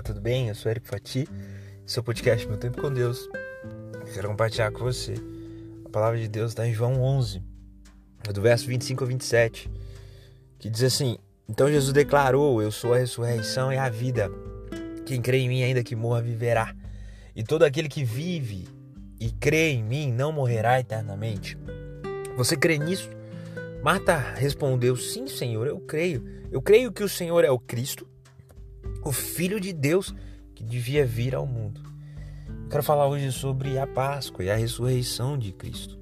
Olá, tudo bem? Eu sou Eric Fati, seu podcast Meu Tempo com Deus. Eu quero compartilhar com você. A palavra de Deus está em João 11, do verso 25 a 27, que diz assim: Então Jesus declarou: Eu sou a ressurreição e a vida. Quem crê em mim, ainda que morra, viverá. E todo aquele que vive e crê em mim não morrerá eternamente. Você crê nisso? Marta respondeu: Sim, Senhor, eu creio. Eu creio que o Senhor é o Cristo, o Filho de Deus que devia vir ao mundo. Quero falar hoje sobre a Páscoa e a ressurreição de Cristo.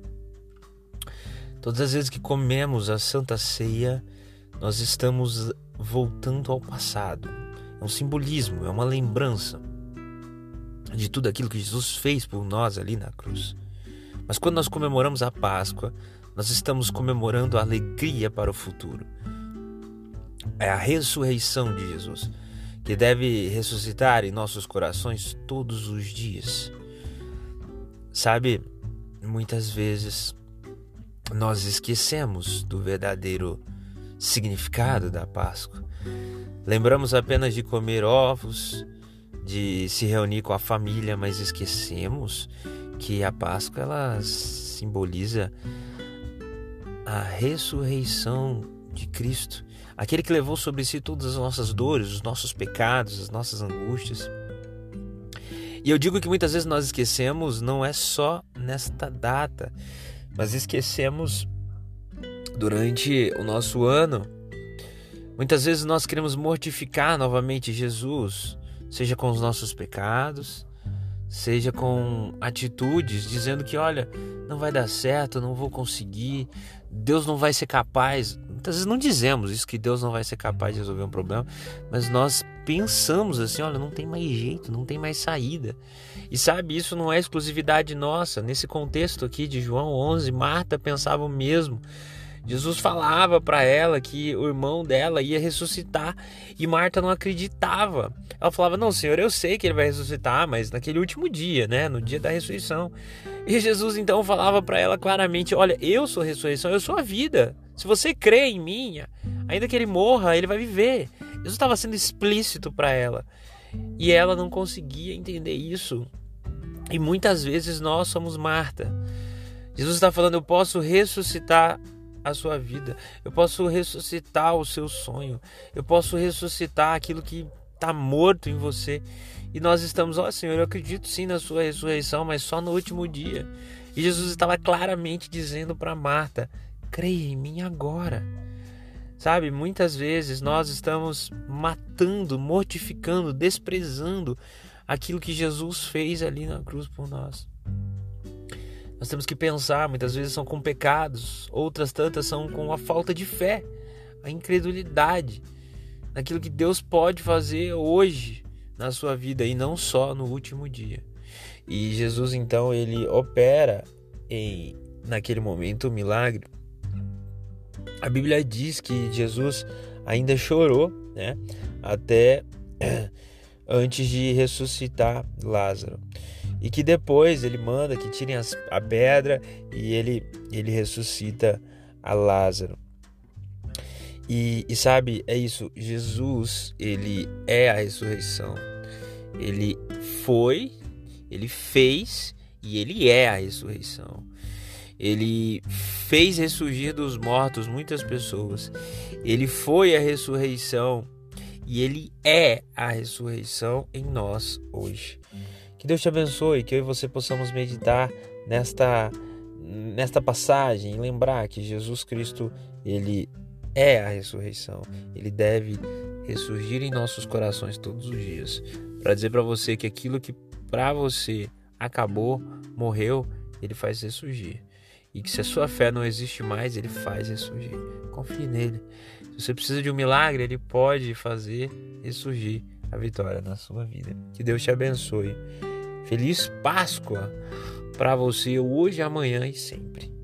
Todas as vezes que comemos a Santa Ceia, nós estamos voltando ao passado. É um simbolismo, é uma lembrança de tudo aquilo que Jesus fez por nós ali na cruz. Mas quando nós comemoramos a Páscoa, nós estamos comemorando a alegria para o futuro. É a ressurreição de Jesus, que deve ressuscitar em nossos corações todos os dias. Sabe, muitas vezes nós esquecemos do verdadeiro significado da Páscoa. Lembramos apenas de comer ovos, de se reunir com a família, mas esquecemos que a Páscoa ela simboliza a ressurreição de Cristo, aquele que levou sobre si todas as nossas dores, os nossos pecados, as nossas angústias. E eu digo que muitas vezes nós esquecemos, não é só nesta data, mas esquecemos durante o nosso ano. Muitas vezes nós queremos mortificar novamente Jesus, seja com os nossos pecados, seja com atitudes, dizendo que, olha, não vai dar certo, não vou conseguir, Deus não vai ser capaz. Muitas vezes não dizemos isso, que Deus não vai ser capaz de resolver um problema, mas nós pensamos assim, olha, não tem mais jeito, não tem mais saída. E sabe, isso não é exclusividade nossa. Nesse contexto aqui de João 11, Marta pensava o mesmo. Jesus falava para ela que o irmão dela ia ressuscitar e Marta não acreditava. Ela falava: não, Senhor, eu sei que ele vai ressuscitar, mas naquele último dia, no dia da ressurreição. E Jesus então falava para ela claramente: olha, eu sou a ressurreição, eu sou a vida. Se você crê em mim, ainda que ele morra, ele vai viver. Jesus estava sendo explícito para ela e ela não conseguia entender isso. E muitas vezes nós somos Marta. Jesus está falando: eu posso ressuscitar a sua vida, eu posso ressuscitar o seu sonho, eu posso ressuscitar aquilo que está morto em você. E nós estamos: ó Senhor, eu acredito sim na sua ressurreição, mas só no último dia. E Jesus estava claramente dizendo para Marta: creia em mim agora. Sabe, muitas vezes nós estamos matando, mortificando, desprezando aquilo que Jesus fez ali na cruz por nós. Nós temos que pensar, muitas vezes são com pecados, outras tantas são com a falta de fé, a incredulidade naquilo que Deus pode fazer hoje na sua vida e não só no último dia. E Jesus então ele opera naquele momento o milagre. A Bíblia diz que Jesus ainda chorou, até antes de ressuscitar Lázaro. E que depois ele manda que tirem a pedra e ele ressuscita a Lázaro. E sabe, é isso, Jesus, ele é a ressurreição. Ele foi, ele fez e ele é a ressurreição. Ele fez ressurgir dos mortos muitas pessoas. Ele foi a ressurreição e ele é a ressurreição em nós hoje. Que Deus te abençoe, que eu e você possamos meditar nesta passagem e lembrar que Jesus Cristo, ele é a ressurreição. Ele deve ressurgir em nossos corações todos os dias, para dizer para você que aquilo que para você acabou, morreu, ele faz ressurgir. E que se a sua fé não existe mais, ele faz ressurgir. Confie nele. Se você precisa de um milagre, ele pode fazer ressurgir a vitória na sua vida. Que Deus te abençoe. Feliz Páscoa para você hoje, amanhã e sempre.